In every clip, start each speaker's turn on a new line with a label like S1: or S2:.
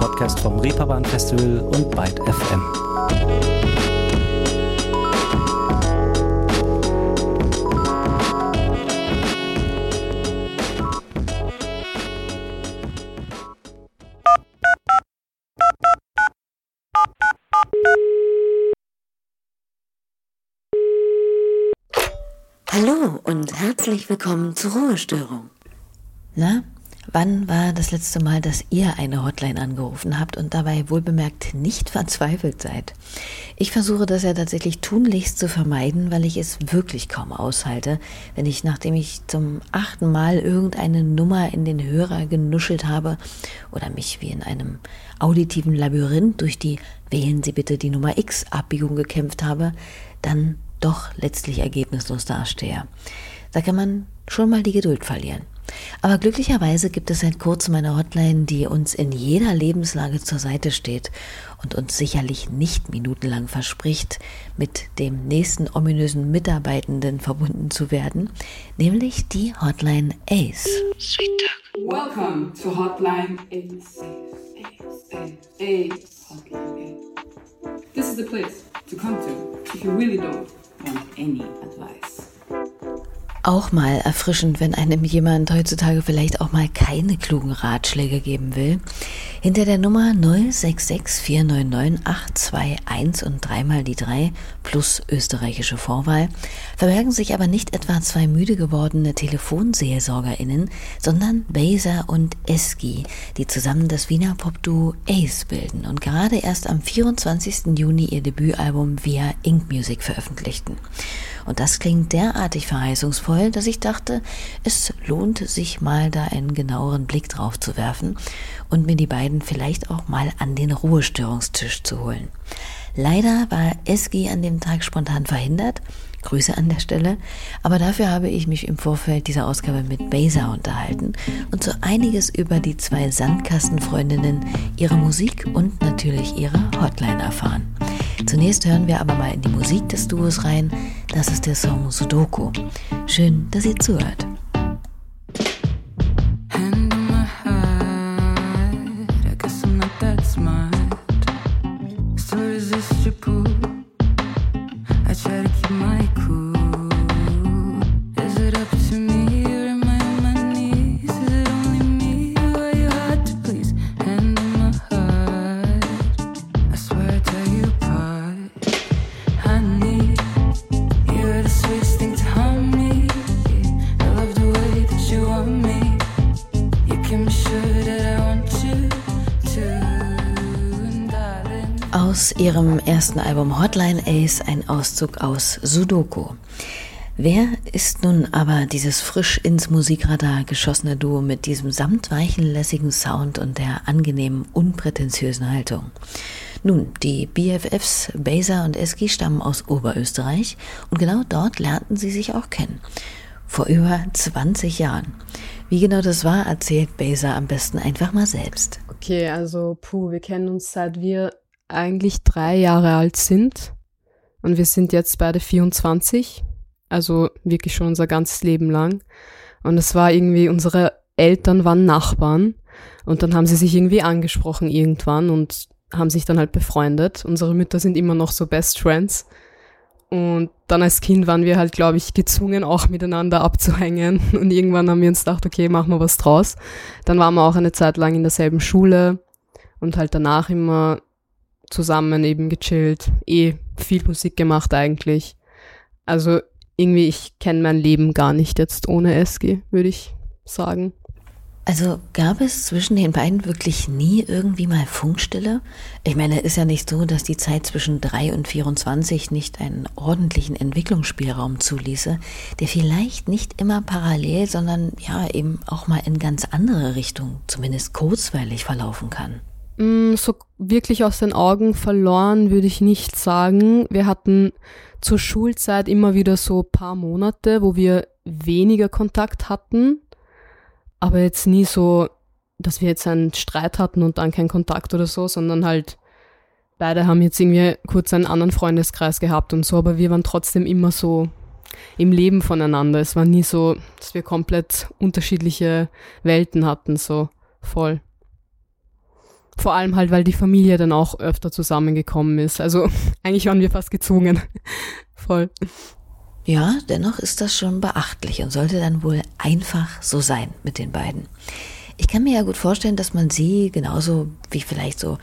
S1: Podcast vom Reeperbahn Festival und Byte FM.
S2: Hallo und herzlich willkommen zur Ruhestörung. Na, wann war das letzte Mal, dass ihr eine Hotline angerufen habt und dabei wohlbemerkt nicht verzweifelt seid? Ich versuche das ja tatsächlich tunlichst zu vermeiden, weil ich es wirklich kaum aushalte, wenn ich, nachdem ich zum 8. Mal irgendeine Nummer in den Hörer genuschelt habe oder mich wie in einem auditiven Labyrinth durch die "Wählen Sie bitte die Nummer X" Abbiegung gekämpft habe, dann doch letztlich ergebnislos dastehe. Da kann man schon mal die Geduld verlieren. Aber glücklicherweise gibt es seit kurzem eine Hotline, die uns in jeder Lebenslage zur Seite steht und uns sicherlich nicht minutenlang verspricht, mit dem nächsten ominösen Mitarbeitenden verbunden zu werden, nämlich die Hotline ACE.
S3: Sweet Talk.
S4: Welcome to Hotline ACE. ACE. Hotline ACE. This is the place to come to if you really don't want any advice.
S2: Auch mal erfrischend, wenn einem jemand heutzutage vielleicht auch mal keine klugen Ratschläge geben will. Hinter der Nummer 066 499 821 und dreimal die 3 plus österreichische Vorwahl verbergen sich aber nicht etwa zwei müde gewordene TelefonseelsorgerInnen, sondern Beza und Eski, die zusammen das Wiener Popduo ACE bilden und gerade erst am 24. Juni ihr Debütalbum via Ink Music veröffentlichten. Und das klingt derartig verheißungsvoll, dass ich dachte, es lohnt sich mal da einen genaueren Blick drauf zu werfen und mir die beiden vielleicht auch mal an den Ruhestörungstisch zu holen. Leider war Eski an dem Tag spontan verhindert, Grüße an der Stelle, aber dafür habe ich mich im Vorfeld dieser Ausgabe mit Beza unterhalten und so einiges über die zwei Sandkastenfreundinnen, ihre Musik und natürlich ihre Hotline erfahren. Zunächst hören wir aber mal in die Musik des Duos rein. Das ist der Song Sudoku. Schön, dass ihr zuhört. Aus ihrem ersten Album Hotline ACE ein Auszug aus Sudoku. Wer ist nun aber dieses frisch ins Musikradar geschossene Duo mit diesem samtweichen, lässigen Sound und der angenehmen, unprätentiösen Haltung? Nun, die BFFs Beza und Eski stammen aus Oberösterreich und genau dort lernten sie sich auch kennen. Vor über 20 Jahren. Wie genau das war, erzählt Beza am besten einfach mal selbst.
S5: Okay, also wir kennen uns seit wir eigentlich 3 Jahre alt sind und wir sind jetzt beide 24, also wirklich schon unser ganzes Leben lang. Und es war irgendwie, unsere Eltern waren Nachbarn und dann haben sie sich irgendwie angesprochen irgendwann und haben sich dann halt befreundet. Unsere Mütter sind immer noch so Best Friends und dann als Kind waren wir halt, glaube ich, gezwungen auch miteinander abzuhängen und irgendwann haben wir uns gedacht, okay, machen wir was draus. Dann waren wir auch eine Zeit lang in derselben Schule und halt danach immer zusammen eben gechillt, viel Musik gemacht eigentlich. Also irgendwie, ich kenne mein Leben gar nicht jetzt ohne Eski, würde ich sagen.
S2: Also gab es zwischen den beiden wirklich nie irgendwie mal Funkstille? Ich meine, ist ja nicht so, dass die Zeit zwischen 3 und 24 nicht einen ordentlichen Entwicklungsspielraum zuließe, der vielleicht nicht immer parallel, sondern ja eben auch mal in ganz andere Richtungen, zumindest kurzweilig verlaufen kann.
S5: So wirklich aus den Augen verloren würde ich nicht sagen. Wir hatten zur Schulzeit immer wieder so ein paar Monate, wo wir weniger Kontakt hatten, aber jetzt nie so, dass wir jetzt einen Streit hatten und dann keinen Kontakt oder so, sondern halt beide haben jetzt irgendwie kurz einen anderen Freundeskreis gehabt und so, aber wir waren trotzdem immer so im Leben voneinander. Es war nie so, dass wir komplett unterschiedliche Welten hatten, so voll. Vor allem halt, weil die Familie dann auch öfter zusammengekommen ist. Also eigentlich waren wir fast gezwungen. Voll.
S2: Ja, dennoch ist das schon beachtlich und sollte dann wohl einfach so sein mit den beiden. Ich kann mir ja gut vorstellen, dass man sie, genauso wie vielleicht so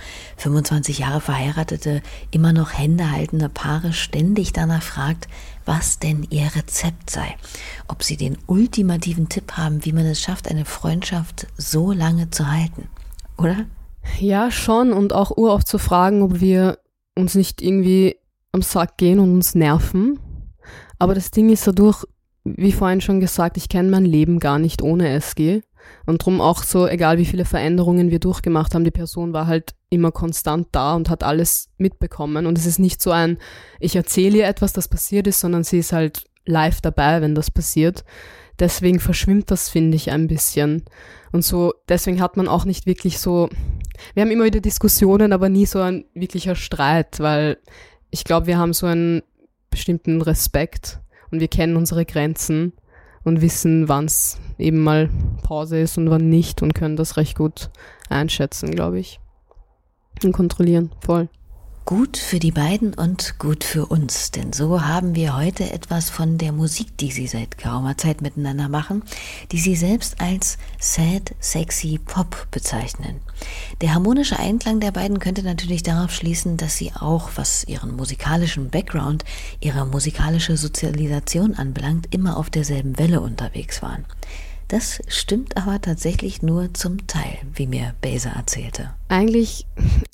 S2: 25 Jahre verheiratete, immer noch händehaltende Paare ständig danach fragt, was denn ihr Rezept sei. Ob sie den ultimativen Tipp haben, wie man es schafft, eine Freundschaft so lange zu halten. Oder?
S5: Ja, schon. Und auch uroft zu fragen, ob wir uns nicht irgendwie am Sack gehen und uns nerven. Aber das Ding ist dadurch, wie vorhin schon gesagt, ich kenne mein Leben gar nicht ohne SG. Und drum auch so, egal wie viele Veränderungen wir durchgemacht haben, die Person war halt immer konstant da und hat alles mitbekommen. Und es ist nicht so ein, ich erzähle ihr etwas, das passiert ist, sondern sie ist halt live dabei, wenn das passiert. Deswegen verschwimmt das, finde ich, ein bisschen. Und so, deswegen hat man auch nicht wirklich so, wir haben immer wieder Diskussionen, aber nie so ein wirklicher Streit, weil ich glaube, wir haben so einen bestimmten Respekt und wir kennen unsere Grenzen und wissen, wann es eben mal Pause ist und wann nicht und können das recht gut einschätzen, glaube ich. Und kontrollieren, voll.
S2: Gut für die beiden und gut für uns, denn so haben wir heute etwas von der Musik, die sie seit geraumer Zeit miteinander machen, die sie selbst als Sad, Sexy Pop bezeichnen. Der harmonische Einklang der beiden könnte natürlich darauf schließen, dass sie auch, was ihren musikalischen Background, ihre musikalische Sozialisation anbelangt, immer auf derselben Welle unterwegs waren. Das stimmt aber tatsächlich nur zum Teil, wie mir Beza erzählte.
S5: Eigentlich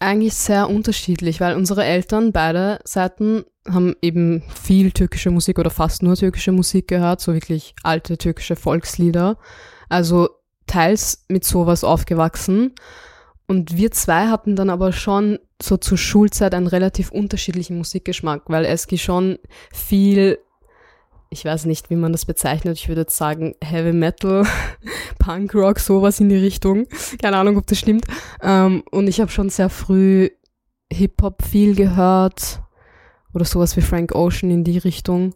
S5: sehr unterschiedlich, weil unsere Eltern, beide Seiten, haben eben viel türkische Musik oder fast nur türkische Musik gehört, so wirklich alte türkische Volkslieder. Also teils mit sowas aufgewachsen. Und wir zwei hatten dann aber schon so zur Schulzeit einen relativ unterschiedlichen Musikgeschmack, weil Eski schon viel, ich weiß nicht, wie man das bezeichnet, ich würde jetzt sagen Heavy Metal, Punkrock, sowas in die Richtung. Keine Ahnung, ob das stimmt. Und ich habe schon sehr früh Hip-Hop viel gehört oder sowas wie Frank Ocean in die Richtung.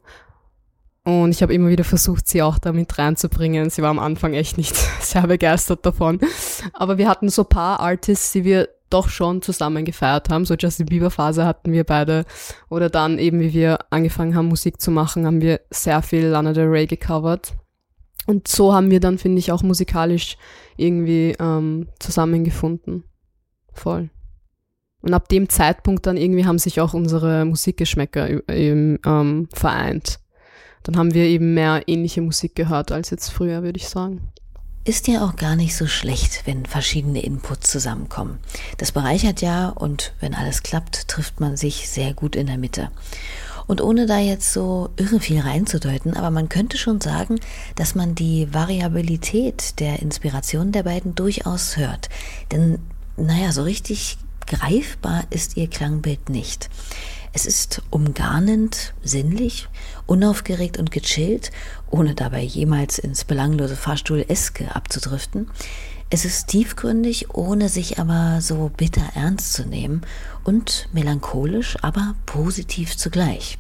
S5: Und ich habe immer wieder versucht, sie auch damit reinzubringen. Sie war am Anfang echt nicht sehr begeistert davon. Aber wir hatten so ein paar Artists, die wir doch schon zusammen gefeiert haben. So Justin Bieber Phase hatten wir beide. Oder dann eben, wie wir angefangen haben, Musik zu machen, haben wir sehr viel Lana Del Rey gecovert. Und so haben wir dann, finde ich, auch musikalisch irgendwie zusammengefunden. Voll. Und ab dem Zeitpunkt dann irgendwie haben sich auch unsere Musikgeschmäcker eben vereint. Dann haben wir eben mehr ähnliche Musik gehört als jetzt früher, würde ich sagen.
S2: Ist ja auch gar nicht so schlecht, wenn verschiedene Inputs zusammenkommen. Das bereichert ja und wenn alles klappt, trifft man sich sehr gut in der Mitte. Und ohne da jetzt so irre viel reinzudeuten, aber man könnte schon sagen, dass man die Variabilität der Inspiration der beiden durchaus hört. Denn, so richtig greifbar ist ihr Klangbild nicht. Es ist umgarnend, sinnlich, unaufgeregt und gechillt, ohne dabei jemals ins belanglose Fahrstuhl-eske abzudriften. Es ist tiefgründig, ohne sich aber so bitter ernst zu nehmen und melancholisch, aber positiv zugleich.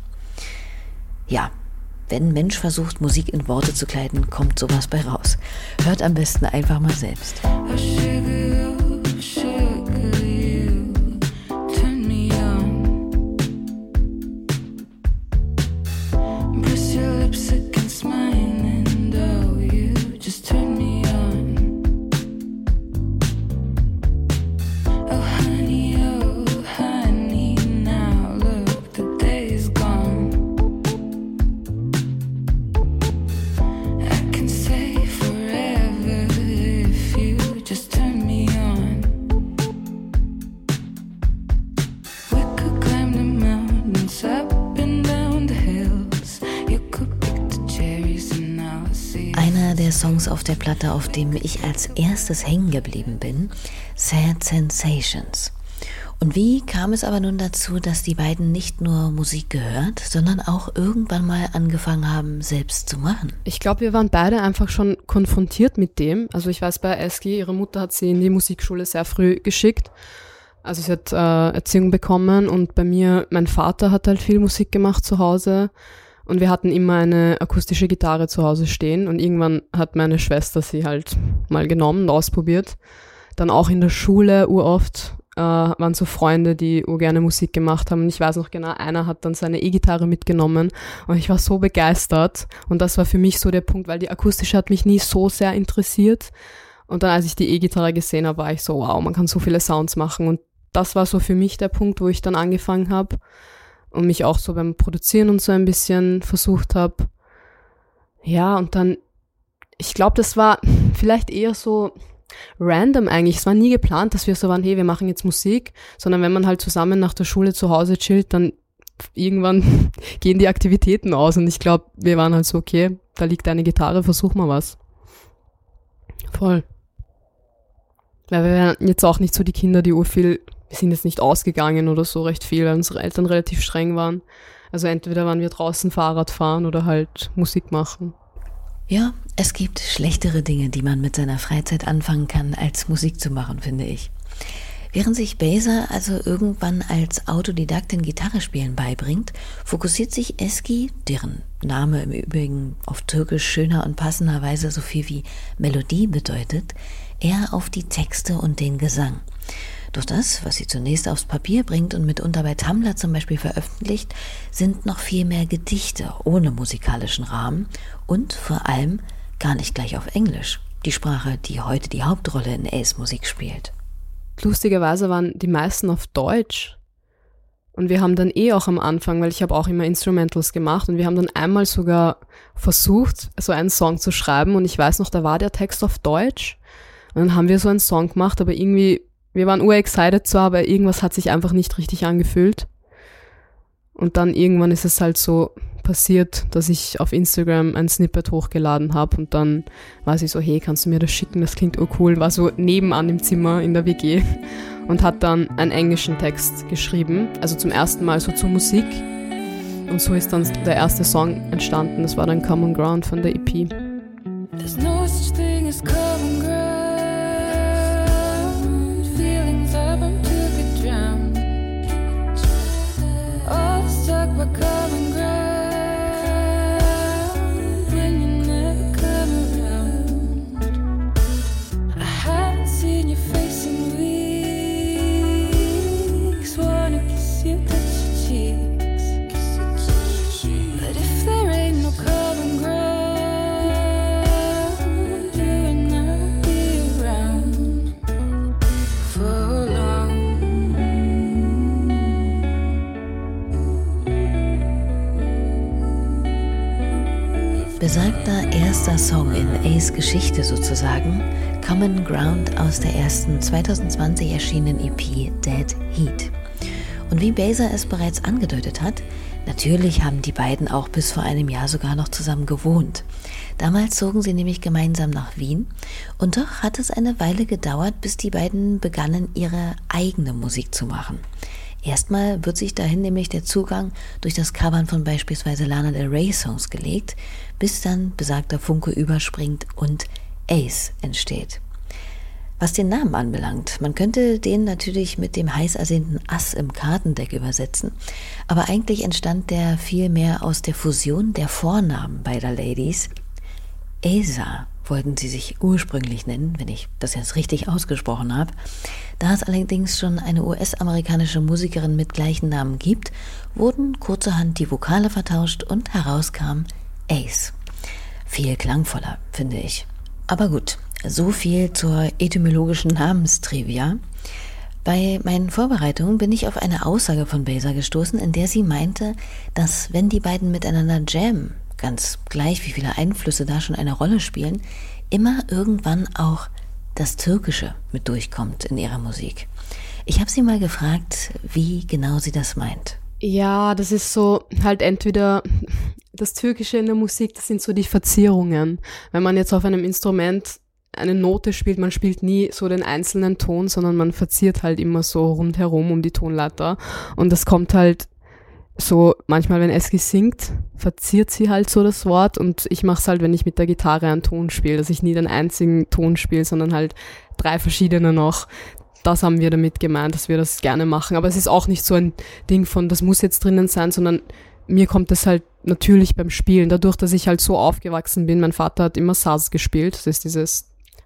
S2: Ja, wenn ein Mensch versucht, Musik in Worte zu kleiden, kommt sowas bei raus. Hört am besten einfach mal selbst. Songs auf der Platte, auf dem ich als erstes hängen geblieben bin, Sad Sensations. Und wie kam es aber nun dazu, dass die beiden nicht nur Musik gehört, sondern auch irgendwann mal angefangen haben, selbst zu machen?
S5: Ich glaube, wir waren beide einfach schon konfrontiert mit dem. Also ich weiß, bei Eski, ihre Mutter hat sie in die Musikschule sehr früh geschickt. Also sie hat Erziehung bekommen und bei mir, mein Vater hat halt viel Musik gemacht zu Hause. Und wir hatten immer eine akustische Gitarre zu Hause stehen und irgendwann hat meine Schwester sie halt mal genommen und ausprobiert. Dann auch in der Schule uroft waren so Freunde, die gerne Musik gemacht haben. Und ich weiß noch genau, einer hat dann seine E-Gitarre mitgenommen und ich war so begeistert. Und das war für mich so der Punkt, weil die akustische hat mich nie so sehr interessiert. Und dann, als ich die E-Gitarre gesehen habe, war ich so, wow, man kann so viele Sounds machen. Und das war so für mich der Punkt, wo ich dann angefangen habe und mich auch so beim Produzieren und so ein bisschen versucht habe. Ja, und dann, ich glaube, das war vielleicht eher so random eigentlich. Es war nie geplant, dass wir so waren, hey, wir machen jetzt Musik, sondern wenn man halt zusammen nach der Schule zu Hause chillt, dann irgendwann gehen die Aktivitäten aus und ich glaube, wir waren halt so, okay, da liegt eine Gitarre, versuch mal was. Voll. Weil wir waren jetzt auch nicht so die Kinder, die wir sind jetzt nicht ausgegangen oder so recht viel, weil unsere Eltern relativ streng waren. Also entweder waren wir draußen Fahrrad fahren oder halt Musik machen.
S2: Ja, es gibt schlechtere Dinge, die man mit seiner Freizeit anfangen kann, als Musik zu machen, finde ich. Während sich Beyza also irgendwann als Autodidaktin Gitarre spielen beibringt, fokussiert sich Ezgi, deren Name im Übrigen auf Türkisch schöner und passenderweise so viel wie Melodie bedeutet, eher auf die Texte und den Gesang. Doch das, was sie zunächst aufs Papier bringt und mitunter bei Tumblr zum Beispiel veröffentlicht, sind noch viel mehr Gedichte ohne musikalischen Rahmen und vor allem gar nicht gleich auf Englisch, die Sprache, die heute die Hauptrolle in Ace Musik spielt.
S5: Lustigerweise waren die meisten auf Deutsch. Und wir haben dann auch am Anfang, weil ich habe auch immer Instrumentals gemacht und wir haben dann einmal sogar versucht, so einen Song zu schreiben und ich weiß noch, da war der Text auf Deutsch und dann haben wir so einen Song gemacht, aber irgendwie, wir waren excited zwar, aber irgendwas hat sich einfach nicht richtig angefühlt. Und dann irgendwann ist es halt so passiert, dass ich auf Instagram ein Snippet hochgeladen habe und dann war sie so, hey, kannst du mir das schicken, das klingt urcool, war so nebenan im Zimmer in der WG und hat dann einen englischen Text geschrieben, also zum ersten Mal so zur Musik und so ist dann der erste Song entstanden, das war dann Common Ground von der EP.
S3: There's no such thing as common ground. Feelings up until they drown. All stuck by common ground. When you never come around. I haven't seen your face in weeks. Wanna kiss you, touch your cheeks. But if there ain't no common ground.
S2: Besagter erster Song in Ace Geschichte sozusagen, Common Ground aus der ersten 2020 erschienenen EP Dead Heat. Und wie Beyza es bereits angedeutet hat, natürlich haben die beiden auch bis vor einem Jahr sogar noch zusammen gewohnt. Damals zogen sie nämlich gemeinsam nach Wien und doch hat es eine Weile gedauert, bis die beiden begannen, ihre eigene Musik zu machen. Erstmal wird sich dahin nämlich der Zugang durch das Covern von beispielsweise Lana Del Rey Songs gelegt, bis dann besagter Funke überspringt und Ace entsteht. Was den Namen anbelangt, man könnte den natürlich mit dem heiß ersehnten Ass im Kartendeck übersetzen, aber eigentlich entstand der vielmehr aus der Fusion der Vornamen beider Ladies. Aza wollten sie sich ursprünglich nennen, wenn ich das jetzt richtig ausgesprochen habe. Da es allerdings schon eine US-amerikanische Musikerin mit gleichen Namen gibt, wurden kurzerhand die Vokale vertauscht und herauskam Ace. Viel klangvoller, finde ich. Aber gut, so viel zur etymologischen Namenstrivia. Bei meinen Vorbereitungen bin ich auf eine Aussage von Beyza gestoßen, in der sie meinte, dass wenn die beiden miteinander jammen, ganz gleich wie viele Einflüsse da schon eine Rolle spielen, immer irgendwann auch das Türkische mit durchkommt in ihrer Musik. Ich habe sie mal gefragt, wie genau sie das meint.
S5: Ja, das ist so halt entweder das Türkische in der Musik, das sind so die Verzierungen. Wenn man jetzt auf einem Instrument eine Note spielt, man spielt nie so den einzelnen Ton, sondern man verziert halt immer so rundherum um die Tonleiter und das kommt halt so, manchmal wenn Ezgi singt, verziert sie halt so das Wort und ich mache es halt, wenn ich mit der Gitarre einen Ton spiele, dass ich nie den einzigen Ton spiele, sondern halt 3 verschiedene noch. Das haben wir damit gemeint, dass wir das gerne machen, aber es ist auch nicht so ein Ding von, das muss jetzt drinnen sein, sondern mir kommt das halt natürlich beim Spielen, dadurch, dass ich halt so aufgewachsen bin, mein Vater hat immer Saz gespielt, das ist dieses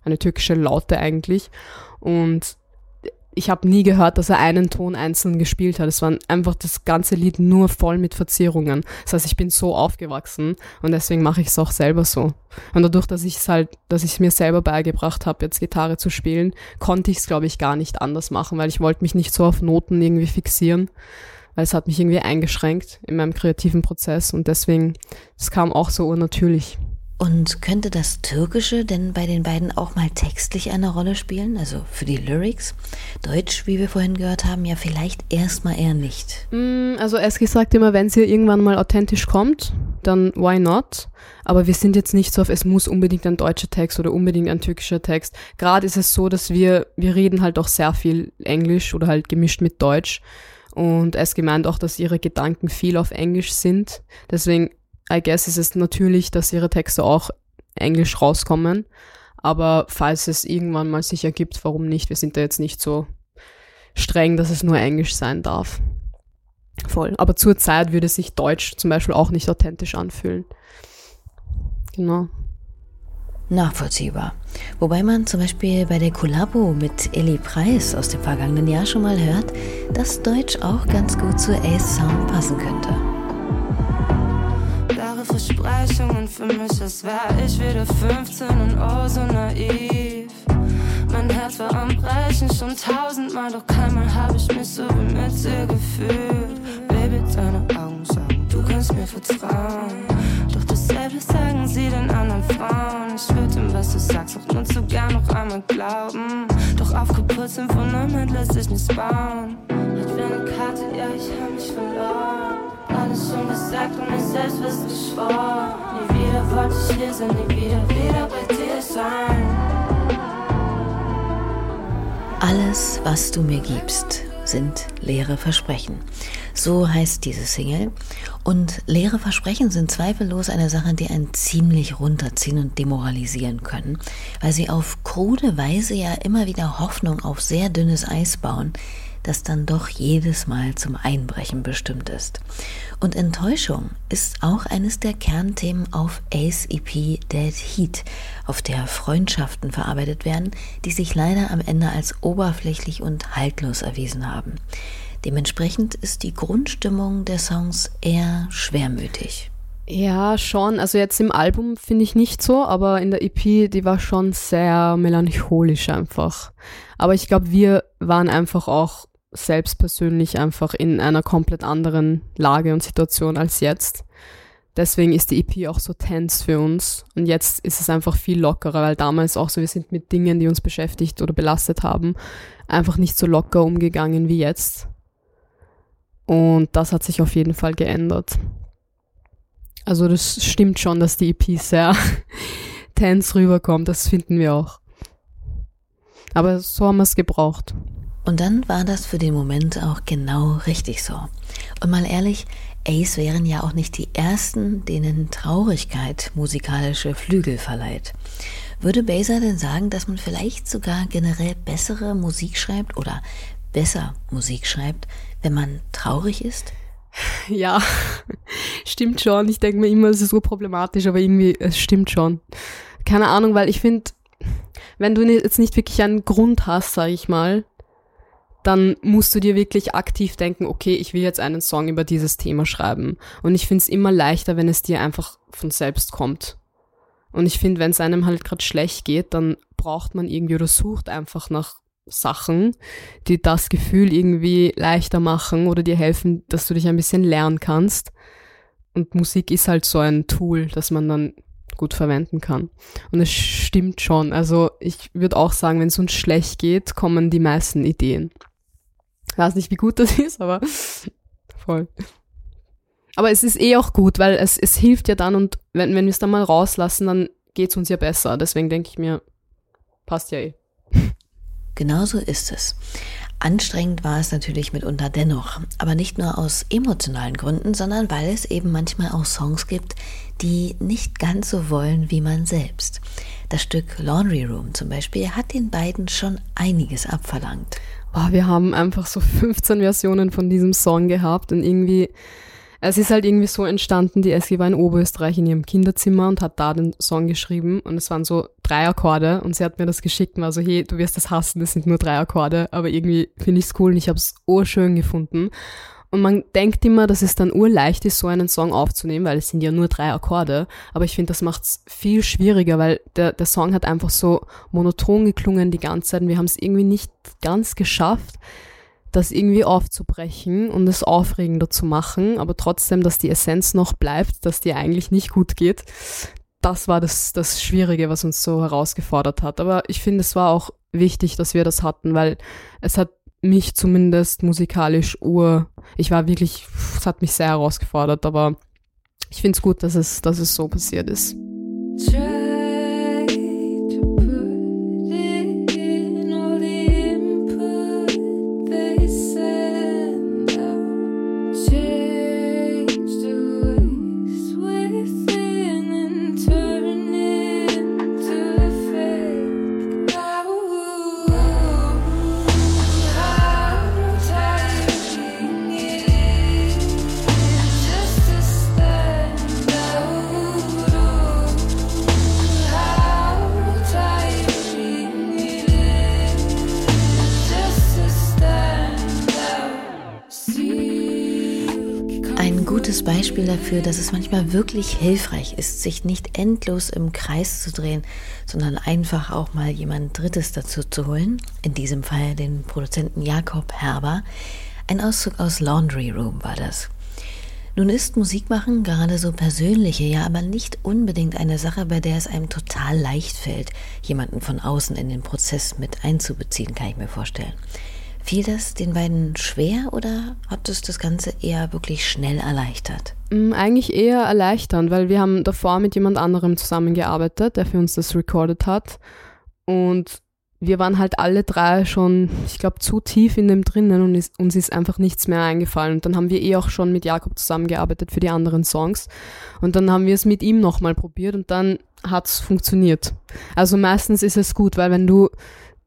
S5: eine türkische Laute eigentlich. Und ich habe nie gehört, dass er einen Ton einzeln gespielt hat. Es war einfach das ganze Lied nur voll mit Verzierungen. Das heißt, ich bin so aufgewachsen und deswegen mache ich es auch selber so. Und dadurch, dass ich es mir selber beigebracht habe, jetzt Gitarre zu spielen, konnte ich es, glaube ich, gar nicht anders machen, weil ich wollte mich nicht so auf Noten irgendwie fixieren, weil es hat mich irgendwie eingeschränkt in meinem kreativen Prozess und deswegen, es kam auch so unnatürlich.
S2: Und könnte das Türkische denn bei den beiden auch mal textlich eine Rolle spielen, also für die Lyrics? Deutsch, wie wir vorhin gehört haben, ja vielleicht erstmal eher nicht.
S5: Also Eski sagt immer, wenn sie irgendwann mal authentisch kommt, dann why not? Aber wir sind jetzt nicht so auf, es muss unbedingt ein deutscher Text oder unbedingt ein türkischer Text. Gerade ist es so, dass wir reden halt auch sehr viel Englisch oder halt gemischt mit Deutsch. Und Eski meint auch, dass ihre Gedanken viel auf Englisch sind. Deswegen I guess ist es natürlich, dass ihre Texte auch Englisch rauskommen, aber falls es irgendwann mal sich ergibt, warum nicht? Wir sind da jetzt nicht so streng, dass es nur Englisch sein darf. Voll. Aber zurzeit würde sich Deutsch zum Beispiel auch nicht authentisch anfühlen. Genau.
S2: Nachvollziehbar. Wobei man zum Beispiel bei der Kollabo mit Elli Preis aus dem vergangenen Jahr schon mal hört, dass Deutsch auch ganz gut zu Ace Sound passen könnte.
S3: Versprechungen für mich, als wär ich wieder 15 und oh so naiv. Mein Herz war am Brechen schon 1000-mal, doch keinmal hab ich mich so wie mit dir gefühlt. Baby, deine Augen sagen, du kannst mir vertrauen. Doch dasselbe sagen sie den anderen Frauen. Ich würd dem, was du sagst, auch nur zu gern noch einmal glauben. Doch auf kaputzem Fundament lässt sich nichts bauen. Hat wie eine Karte, ja, ich hab mich verloren. Alles schon gesagt und ich selbst was geschworen. Nie wieder wollte ich hier sein, nie wieder bei dir sein.
S2: Alles, was du mir gibst, sind leere Versprechen. So heißt diese Single. Und leere Versprechen sind zweifellos eine Sache, die einen ziemlich runterziehen und demoralisieren können, weil sie auf krude Weise ja immer wieder Hoffnung auf sehr dünnes Eis bauen, das dann doch jedes Mal zum Einbrechen bestimmt ist. Und Enttäuschung ist auch eines der Kernthemen auf Ace EP Dead Heat, auf der Freundschaften verarbeitet werden, die sich leider am Ende als oberflächlich und haltlos erwiesen haben. Dementsprechend ist die Grundstimmung der Songs eher schwermütig.
S5: Ja, schon. Also jetzt im Album finde ich nicht so, aber in der EP, die war schon sehr melancholisch einfach. Aber ich glaube, wir waren einfach auch selbst persönlich einfach in einer komplett anderen Lage und Situation als jetzt. Deswegen ist die EP auch so tense für uns. Und jetzt ist es einfach viel lockerer, weil damals auch so, wir sind mit Dingen, die uns beschäftigt oder belastet haben, einfach nicht so locker umgegangen wie jetzt. Und das hat sich auf jeden Fall geändert. Also das stimmt schon, dass die EP sehr tense rüberkommt, das finden wir auch. Aber so haben wir es gebraucht.
S2: Und dann war das für den Moment auch genau richtig so. Und mal ehrlich, Ace wären ja auch nicht die Ersten, denen Traurigkeit musikalische Flügel verleiht. Würde Beza denn sagen, dass man vielleicht sogar generell bessere Musik schreibt oder besser Musik schreibt, wenn man traurig ist?
S5: Ja, stimmt schon. Ich denke mir immer, es ist so problematisch, aber irgendwie, es stimmt schon. Keine Ahnung, weil ich finde, wenn du jetzt nicht wirklich einen Grund hast, sage ich mal, dann musst du dir wirklich aktiv denken, okay, ich will jetzt einen Song über dieses Thema schreiben. Und ich finde es immer leichter, wenn es dir einfach von selbst kommt. Und ich finde, wenn es einem halt gerade schlecht geht, dann braucht man irgendwie oder sucht einfach nach Sachen, die das Gefühl irgendwie leichter machen oder dir helfen, dass du dich ein bisschen lernen kannst. Und Musik ist halt so ein Tool, das man dann gut verwenden kann. Und es stimmt schon. Also ich würde auch sagen, wenn es uns schlecht geht, kommen die meisten Ideen. Ich weiß nicht, wie gut das ist, aber voll. Aber es ist auch gut, weil es hilft ja dann und wenn wir es dann mal rauslassen, dann geht es uns ja besser. Deswegen denke ich mir, passt ja eh.
S2: Genauso ist es. Anstrengend war es natürlich mitunter dennoch, aber nicht nur aus emotionalen Gründen, sondern weil es eben manchmal auch Songs gibt, die nicht ganz so wollen wie man selbst. Das Stück Laundry Room zum Beispiel hat den beiden schon einiges abverlangt.
S5: Wir haben einfach so 15 Versionen von diesem Song gehabt und irgendwie, Es ist halt irgendwie so entstanden, die SG war in Oberösterreich in ihrem Kinderzimmer und hat da den Song geschrieben und es waren so 3 Akkorde und sie hat mir das geschickt und war so, hey, du wirst das hassen, das sind nur 3 Akkorde, aber irgendwie finde ich es cool und ich habe es urschön gefunden. Und man denkt immer, dass es dann urleicht ist, so einen Song aufzunehmen, weil es sind ja nur 3 Akkorde, aber ich finde, das macht es viel schwieriger, weil der Song hat einfach so monoton geklungen die ganze Zeit und wir haben es irgendwie nicht ganz geschafft, das irgendwie aufzubrechen und es aufregender zu machen, aber trotzdem, dass die Essenz noch bleibt, dass die eigentlich nicht gut geht. Das war das Schwierige, was uns so herausgefordert hat. Aber ich finde, es war auch wichtig, dass wir das hatten, weil es hat mich zumindest musikalisch es hat mich sehr herausgefordert, aber ich finde es gut, dass es so passiert ist.
S2: Beispiel dafür, dass es manchmal wirklich hilfreich ist, sich nicht endlos im Kreis zu drehen, sondern einfach auch mal jemand Drittes dazu zu holen, in diesem Fall den Produzenten Jakob Herber. Ein Auszug aus Laundry Room war das. Nun ist Musikmachen gerade so persönliche, ja aber nicht unbedingt eine Sache, bei der es einem total leicht fällt, jemanden von außen in den Prozess mit einzubeziehen, kann ich mir vorstellen. Fiel das den beiden schwer oder hat es das Ganze eher wirklich schnell erleichtert?
S5: Eigentlich eher erleichternd, weil wir haben davor mit jemand anderem zusammengearbeitet, der für uns das recorded hat und wir waren halt alle 3 schon, ich glaube, zu tief in dem drinnen und uns ist einfach nichts mehr eingefallen. Und dann haben wir auch schon mit Jakob zusammengearbeitet für die anderen Songs und dann haben wir es mit ihm nochmal probiert und dann hat es funktioniert. Also meistens ist es gut, weil wenn du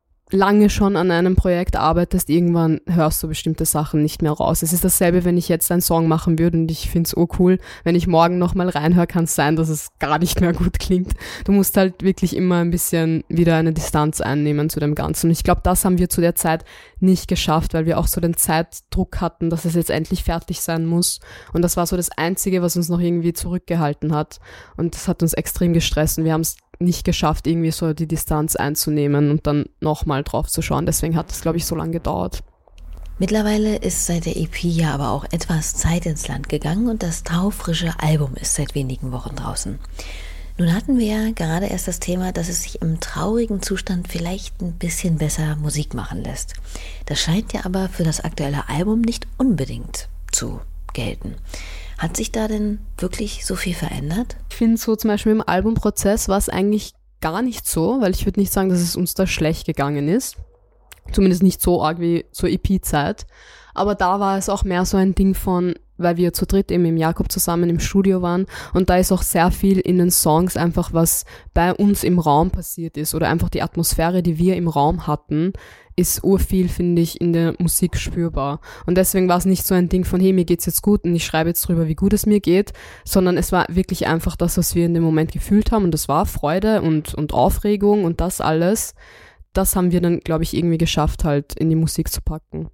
S5: lange schon an einem Projekt arbeitest, irgendwann hörst du bestimmte Sachen nicht mehr raus. Es ist dasselbe, wenn ich jetzt einen Song machen würde und ich finde es cool. Wenn ich morgen nochmal reinhöre, kann es sein, dass es gar nicht mehr gut klingt. Du musst halt wirklich immer ein bisschen wieder eine Distanz einnehmen zu dem Ganzen. Und ich glaube, das haben wir zu der Zeit nicht geschafft, weil wir auch so den Zeitdruck hatten, dass es jetzt endlich fertig sein muss. Und das war so das Einzige, was uns noch irgendwie zurückgehalten hat. Und das hat uns extrem gestresst und wir haben es nicht geschafft, irgendwie so die Distanz einzunehmen und dann nochmal drauf zu schauen. Deswegen hat das, glaube ich, so lange gedauert.
S2: Mittlerweile ist seit der EP ja aber auch etwas Zeit ins Land gegangen und das taufrische Album ist seit wenigen Wochen draußen. Nun hatten wir ja gerade erst das Thema, dass es sich im traurigen Zustand vielleicht ein bisschen besser Musik machen lässt. Das scheint ja aber für das aktuelle Album nicht unbedingt zu gelten. Hat sich da denn wirklich so viel verändert?
S5: Ich finde so zum Beispiel im Albumprozess war es eigentlich gar nicht so, weil ich würde nicht sagen, dass es uns da schlecht gegangen ist. Zumindest nicht so arg wie zur EP-Zeit. Aber da war es auch mehr so ein Ding von, weil wir zu dritt eben im Jakob zusammen im Studio waren und da ist auch sehr viel in den Songs einfach, was bei uns im Raum passiert ist oder einfach die Atmosphäre, die wir im Raum hatten, ist urviel, finde ich, in der Musik spürbar. Und deswegen war es nicht so ein Ding von, hey, mir geht's jetzt gut und ich schreibe jetzt drüber, wie gut es mir geht, sondern es war wirklich einfach das, was wir in dem Moment gefühlt haben und das war Freude und Aufregung und das alles. Das haben wir dann, glaube ich, irgendwie geschafft, halt in die Musik zu packen.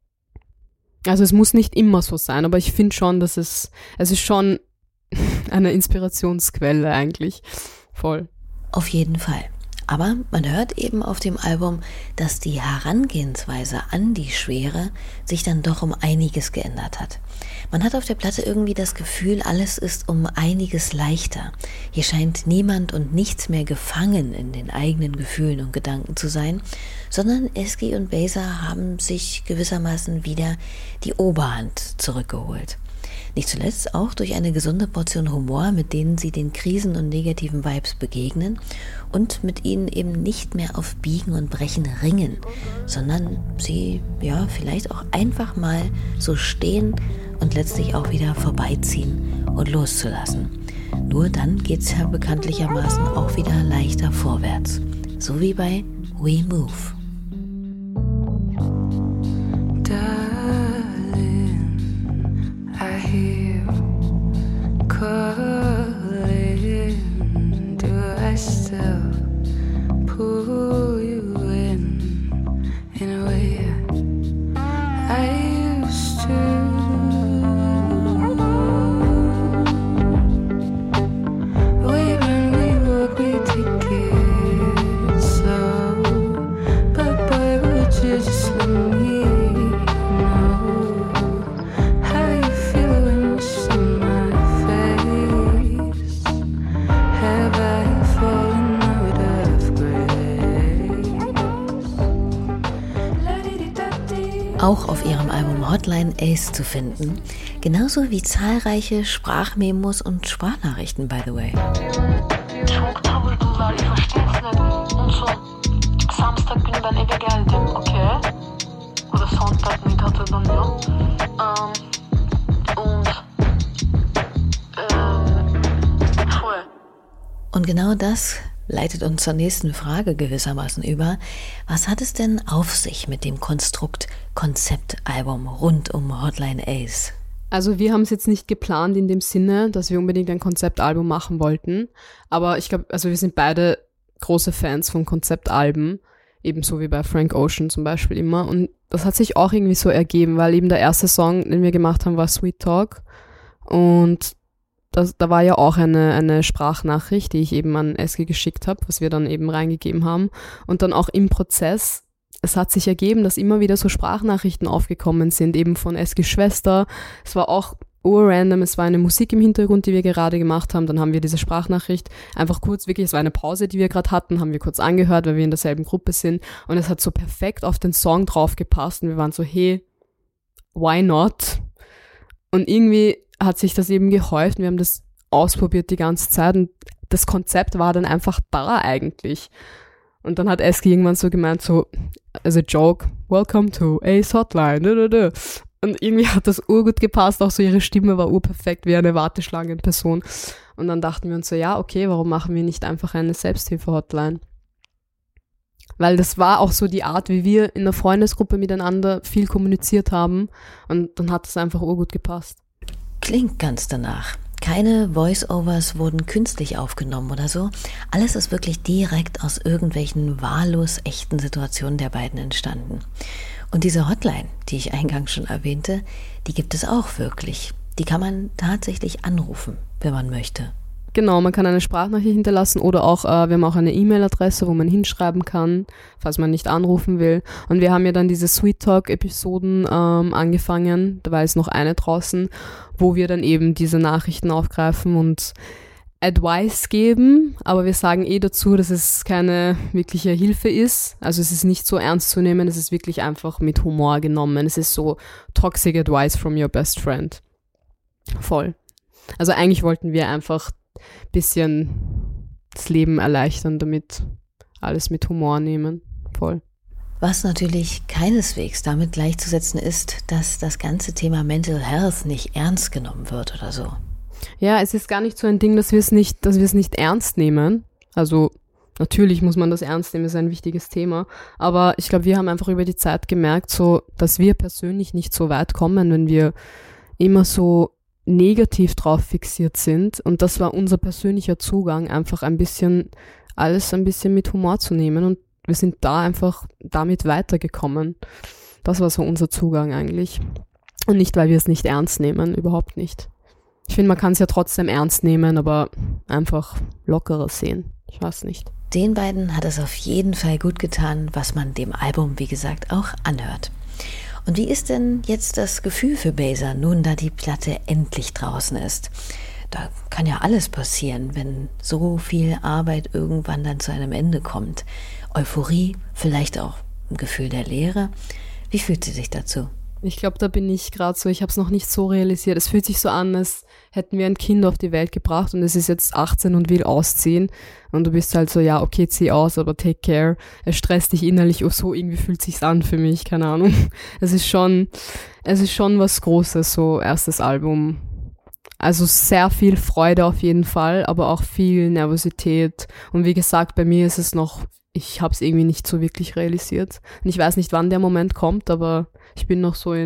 S5: Also es muss nicht immer so sein, aber ich finde schon, dass es ist schon eine Inspirationsquelle eigentlich. Voll.
S2: Auf jeden Fall. Aber man hört eben auf dem Album, dass die Herangehensweise an die Schwere sich dann doch um einiges geändert hat. Man hat auf der Platte irgendwie das Gefühl, alles ist um einiges leichter. Hier scheint niemand und nichts mehr gefangen in den eigenen Gefühlen und Gedanken zu sein, sondern Eski und Beza haben sich gewissermaßen wieder die Oberhand zurückgeholt. Nicht zuletzt auch durch eine gesunde Portion Humor, mit denen sie den Krisen und negativen Vibes begegnen und mit ihnen eben nicht mehr auf Biegen und Brechen ringen, sondern sie vielleicht auch einfach mal so stehen und letztlich auch wieder vorbeiziehen und loszulassen. Nur dann geht's ja bekanntlichermaßen auch wieder leichter vorwärts, so wie bei We Move.
S3: Darling, I hear
S2: Auch auf ihrem Album Hotline Ace zu finden, genauso wie zahlreiche Sprachmemos und Sprachnachrichten, by the way.
S6: Samstag bin ich dann geldim, okay? Oder Sonntag nicht hat er dann, ja. Voll.
S2: Und genau das leitet uns zur nächsten Frage gewissermaßen über. Was hat es denn auf sich mit dem Konzeptalbum rund um Hotline Ace?
S5: Also wir haben es jetzt nicht geplant in dem Sinne, dass wir unbedingt ein Konzeptalbum machen wollten. Aber ich glaube, also wir sind beide große Fans von Konzeptalben. Ebenso wie bei Frank Ocean zum Beispiel immer. Und das hat sich auch irgendwie so ergeben, weil eben der erste Song, den wir gemacht haben, war Sweet Talk. Und da war ja auch eine Sprachnachricht, die ich eben an Eski geschickt habe, was wir dann eben reingegeben haben. Und dann auch im Prozess, es hat sich ergeben, dass immer wieder so Sprachnachrichten aufgekommen sind, eben von Eskis Schwester. Es war auch urrandom, es war eine Musik im Hintergrund, die wir gerade gemacht haben. Dann haben wir diese Sprachnachricht einfach kurz, wirklich, es war eine Pause, die wir gerade hatten, haben wir kurz angehört, weil wir in derselben Gruppe sind. Und es hat so perfekt auf den Song drauf gepasst. Und wir waren so, hey, why not? Und irgendwie hat sich das eben gehäuft. Wir haben das ausprobiert die ganze Zeit. Und das Konzept war dann einfach da eigentlich. Und dann hat Eski irgendwann so gemeint, so, as a joke, welcome to Ace Hotline. Und irgendwie hat das urgut gepasst, auch so ihre Stimme war urperfekt wie eine Warteschlangenperson. Und dann dachten wir uns so, ja, okay, warum machen wir nicht einfach eine Selbsthilfe-Hotline? Weil das war auch so die Art, wie wir in der Freundesgruppe miteinander viel kommuniziert haben. Und dann hat es einfach urgut gepasst.
S2: Klingt ganz danach. Keine Voice-Overs wurden künstlich aufgenommen oder so. Alles ist wirklich direkt aus irgendwelchen wahllos echten Situationen der beiden entstanden. Und diese Hotline, die ich eingangs schon erwähnte, die gibt es auch wirklich. Die kann man tatsächlich anrufen, wenn man möchte.
S5: Genau, man kann eine Sprachnachricht hinterlassen oder auch, wir haben auch eine E-Mail-Adresse, wo man hinschreiben kann, falls man nicht anrufen will. Und wir haben ja dann diese Sweet Talk-Episoden angefangen, da war jetzt noch eine draußen, wo wir dann eben diese Nachrichten aufgreifen und Advice geben, aber wir sagen dazu, dass es keine wirkliche Hilfe ist. Also es ist nicht so ernst zu nehmen, es ist wirklich einfach mit Humor genommen. Es ist so toxic advice from your best friend. Voll. Also eigentlich wollten wir einfach ein bisschen das Leben erleichtern, damit alles mit Humor nehmen. Voll.
S2: Was natürlich keineswegs damit gleichzusetzen ist, dass das ganze Thema Mental Health nicht ernst genommen wird oder so.
S5: Ja, es ist gar nicht so ein Ding, dass wir es nicht ernst nehmen. Also natürlich muss man das ernst nehmen, ist ein wichtiges Thema. Aber ich glaube, wir haben einfach über die Zeit gemerkt, so, dass wir persönlich nicht so weit kommen, wenn wir immer so negativ drauf fixiert sind. Und das war unser persönlicher Zugang, einfach alles ein bisschen mit Humor zu nehmen. Und wir sind da einfach damit weitergekommen. Das war so unser Zugang eigentlich. Und nicht, weil wir es nicht ernst nehmen, überhaupt nicht. Ich finde, man kann es ja trotzdem ernst nehmen, aber einfach lockerer sehen. Ich weiß nicht.
S2: Den beiden hat es auf jeden Fall gut getan, was man dem Album, wie gesagt, auch anhört. Und wie ist denn jetzt das Gefühl für Beza, nun da die Platte endlich draußen ist? Da kann ja alles passieren, wenn so viel Arbeit irgendwann dann zu einem Ende kommt. Euphorie, vielleicht auch ein Gefühl der Leere. Wie fühlt sie sich dazu?
S5: Ich glaube, da bin ich gerade so, ich habe es noch nicht so realisiert. Es fühlt sich so an, als hätten wir ein Kind auf die Welt gebracht und es ist jetzt 18 und will ausziehen. Und du bist halt so, ja, okay, zieh aus, aber take care. Es stresst dich innerlich, so irgendwie fühlt es sich an für mich, keine Ahnung. Es ist schon was Großes, so erstes Album. Also sehr viel Freude auf jeden Fall, aber auch viel Nervosität. Und wie gesagt, bei mir ist es noch, ich habe es irgendwie nicht so wirklich realisiert. Und ich weiß nicht, wann der Moment kommt, aber ich bin noch so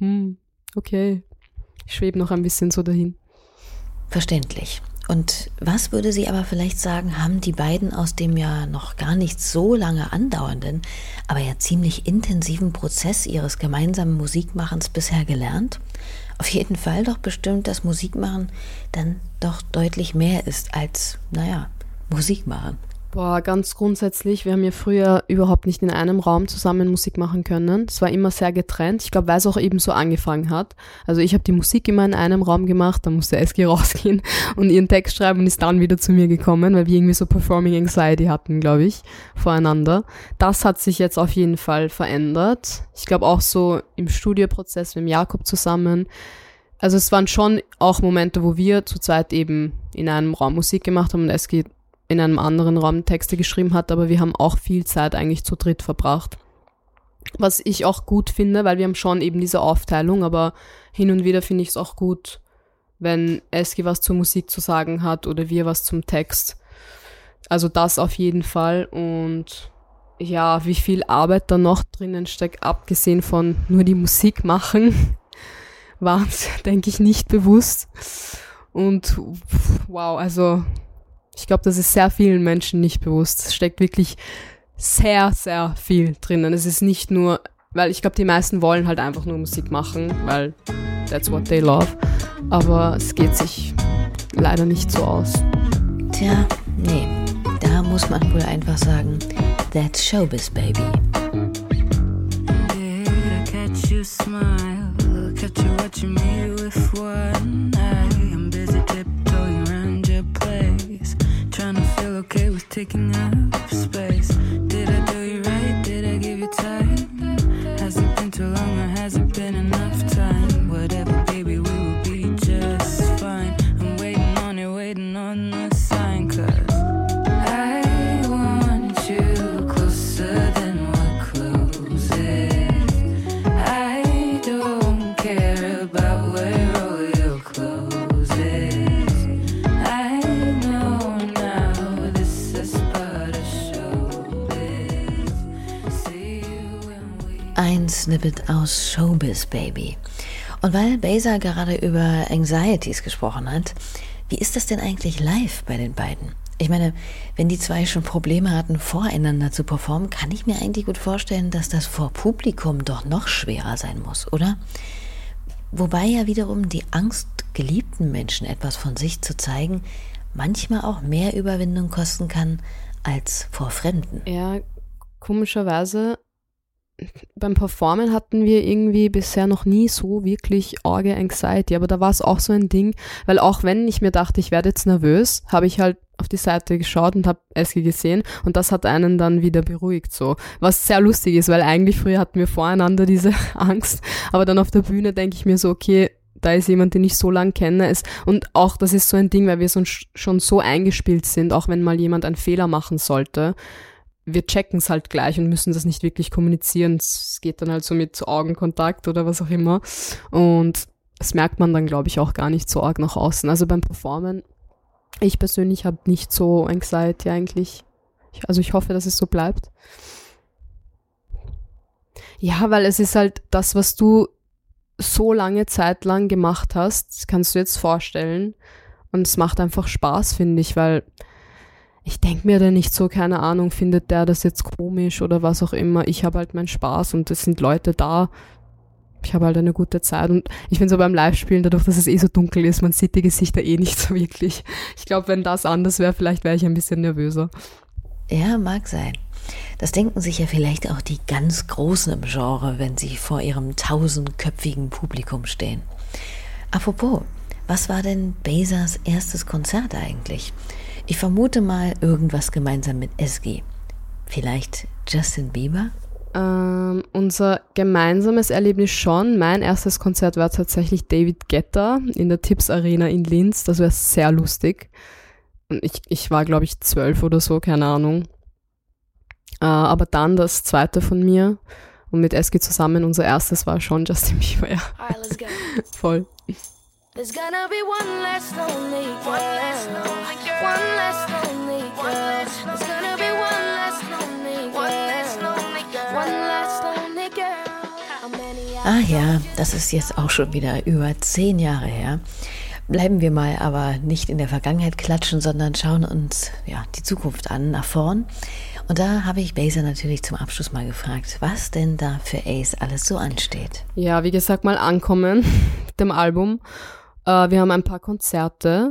S5: okay, ich schwebe noch ein bisschen so dahin.
S2: Verständlich. Und was würde sie aber vielleicht sagen, haben die beiden aus dem ja noch gar nicht so lange andauernden, aber ja ziemlich intensiven Prozess ihres gemeinsamen Musikmachens bisher gelernt? Auf jeden Fall doch bestimmt, dass Musikmachen dann doch deutlich mehr ist als, Musik machen.
S5: Boah, ganz grundsätzlich, wir haben ja früher überhaupt nicht in einem Raum zusammen Musik machen können. Es war immer sehr getrennt. Ich glaube, weil es auch eben so angefangen hat. Also ich habe die Musik immer in einem Raum gemacht, dann musste SG rausgehen und ihren Text schreiben und ist dann wieder zu mir gekommen, weil wir irgendwie so Performing Anxiety hatten, glaube ich, voreinander. Das hat sich jetzt auf jeden Fall verändert. Ich glaube auch so im Studioprozess mit dem Jakob zusammen. Also es waren schon auch Momente, wo wir zu zweit eben in einem Raum Musik gemacht haben und SG in einem anderen Raum Texte geschrieben hat, aber wir haben auch viel Zeit eigentlich zu dritt verbracht. Was ich auch gut finde, weil wir haben schon eben diese Aufteilung, aber hin und wieder finde ich es auch gut, wenn Eski was zur Musik zu sagen hat oder wir was zum Text. Also das auf jeden Fall. Und ja, wie viel Arbeit da noch drinnen steckt, abgesehen von nur die Musik machen, war uns, denke ich, nicht bewusst. Und wow, also ich glaube, das ist sehr vielen Menschen nicht bewusst. Es steckt wirklich sehr, sehr viel drinnen. Es ist nicht nur, weil ich glaube, die meisten wollen halt einfach nur Musik machen, weil that's what they love. Aber es geht sich leider nicht so aus.
S2: Tja, nee, da muss man wohl einfach sagen, that's Showbiz, baby.
S3: Did I catch you smile? Catch you watching me with one eye. I'm busy tiptoeing around your place, trying to feel okay with taking up space. Did I do you right? Did I give you time? Has it been too long or has it been enough time? Whatever, baby, we will be just fine. I'm waiting on the sign, 'cause I want you closer than we're closest. I don't care about where all your clothes is. I know now this is part of showbiz. See you when we...
S2: Ein Snippet aus Showbiz, baby. Und weil Beza gerade über Anxieties gesprochen hat, wie ist das denn eigentlich live bei den beiden? Ich meine, wenn die zwei schon Probleme hatten, voreinander zu performen, kann ich mir eigentlich gut vorstellen, dass das vor Publikum doch noch schwerer sein muss, oder? Wobei ja wiederum die Angst, geliebten Menschen etwas von sich zu zeigen, manchmal auch mehr Überwindung kosten kann als vor Fremden.
S5: Ja, komischerweise, beim Performen hatten wir irgendwie bisher noch nie so wirklich arge Anxiety, aber da war es auch so ein Ding, weil auch wenn ich mir dachte, ich werde jetzt nervös, habe ich halt auf die Seite geschaut und habe Eski gesehen und das hat einen dann wieder beruhigt, so. Was sehr lustig ist, weil eigentlich früher hatten wir voreinander diese Angst, aber dann auf der Bühne denke ich mir so, okay, da ist jemand, den ich so lange kenne. Und auch das ist so ein Ding, weil wir schon so eingespielt sind, auch wenn mal jemand einen Fehler machen sollte, wir checken es halt gleich und müssen das nicht wirklich kommunizieren. Es geht dann halt so mit so Augenkontakt oder was auch immer. Und das merkt man dann, glaube ich, auch gar nicht so arg nach außen. Also beim Performen, ich persönlich habe nicht so Anxiety eigentlich. Also ich hoffe, dass es so bleibt. Ja, weil es ist halt das, was du so lange Zeit lang gemacht hast, kannst du jetzt vorstellen. Und es macht einfach Spaß, finde ich, weil ich denke mir da nicht so, keine Ahnung, findet der das jetzt komisch oder was auch immer. Ich habe halt meinen Spaß und es sind Leute da. Ich habe halt eine gute Zeit und ich finde so beim Live-Spielen, dadurch, dass es so dunkel ist, man sieht die Gesichter nicht so wirklich. Ich glaube, wenn das anders wäre, vielleicht wäre ich ein bisschen nervöser.
S2: Ja, mag sein. Das denken sich ja vielleicht auch die ganz Großen im Genre, wenn sie vor ihrem 1000-köpfigen Publikum stehen. Apropos, was war denn Bezas erstes Konzert eigentlich? Ich vermute mal irgendwas gemeinsam mit SG. Vielleicht Justin Bieber?
S5: Unser gemeinsames Erlebnis schon. Mein erstes Konzert war tatsächlich David Guetta in der Tips Arena in Linz. Das war sehr lustig. Und ich war, glaube ich, 12 oder so, keine Ahnung. Aber dann das zweite von mir und mit SG zusammen, unser erstes war schon Justin Bieber, ja.
S7: Alright, let's go.
S5: Voll.
S7: There's gonna be one less lonely girl. One less lonely girl. One less lonely girl. There's gonna be one less lonely girl. One less lonely girl. One less lonely girl. How many
S2: Ah ja, das ist jetzt auch schon wieder über 10 Jahre her. Bleiben wir mal aber nicht in der Vergangenheit klatschen, sondern schauen uns die Zukunft an, nach vorn. Und da habe ich Beza natürlich zum Abschluss mal gefragt, was denn da für Ace alles so ansteht.
S5: Ja, wie gesagt, mal ankommen mit dem Album. Wir haben ein paar Konzerte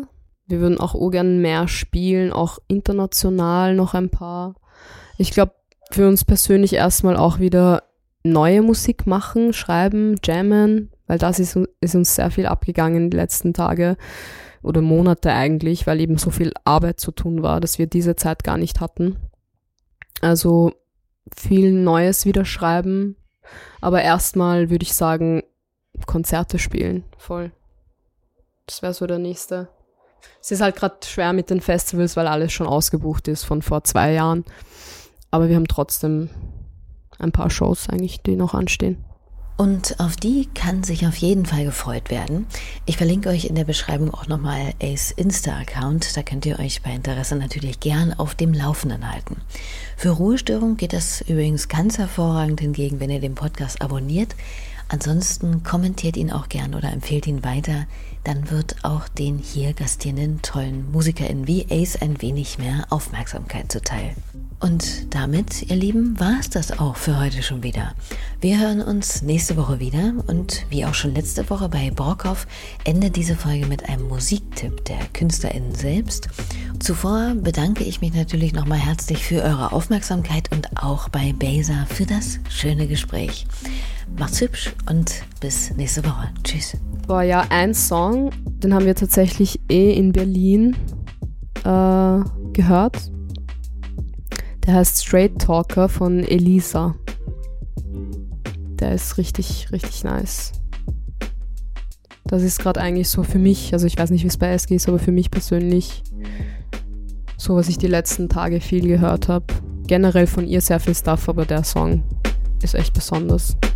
S5: Wir würden auch gern mehr spielen, auch international noch ein paar. Ich glaube, für uns persönlich erstmal auch wieder neue Musik machen, schreiben, jammen, weil das ist uns sehr viel abgegangen die letzten Tage oder Monate eigentlich, weil eben so viel Arbeit zu tun war, dass wir diese Zeit gar nicht hatten. Also viel Neues wieder schreiben, aber erstmal würde ich sagen, Konzerte spielen, voll. Das wäre so der nächste. Es ist halt gerade schwer mit den Festivals, weil alles schon ausgebucht ist von vor 2 Jahren, aber wir haben trotzdem ein paar Shows eigentlich, die noch anstehen.
S2: Und auf die kann sich auf jeden Fall gefreut werden. Ich verlinke euch in der Beschreibung auch nochmal Ace Insta-Account. Da könnt ihr euch bei Interesse natürlich gern auf dem Laufenden halten. Für Ruhestörung geht das übrigens ganz hervorragend hingegen, wenn ihr den Podcast abonniert. Ansonsten kommentiert ihn auch gern oder empfehlt ihn weiter. Dann wird auch den hier gastierenden tollen MusikerInnen wie Ace ein wenig mehr Aufmerksamkeit zuteil. Und damit, ihr Lieben, war es das auch für heute schon wieder. Wir hören uns nächste Woche wieder und wie auch schon letzte Woche bei Brockhoff endet diese Folge mit einem Musiktipp der KünstlerInnen selbst. Zuvor bedanke ich mich natürlich nochmal herzlich für eure Aufmerksamkeit und auch bei Beza für das schöne Gespräch. Macht's hübsch und bis nächste Woche. Tschüss.
S5: Boah, ja, ein Song, den haben wir tatsächlich in Berlin gehört. Der heißt Straight Talker von Elisa. Der ist richtig, richtig nice. Das ist gerade eigentlich so für mich, also ich weiß nicht, wie es bei SG ist, aber für mich persönlich so, was ich die letzten Tage viel gehört habe. Generell von ihr sehr viel Stuff, aber der Song ist echt besonders.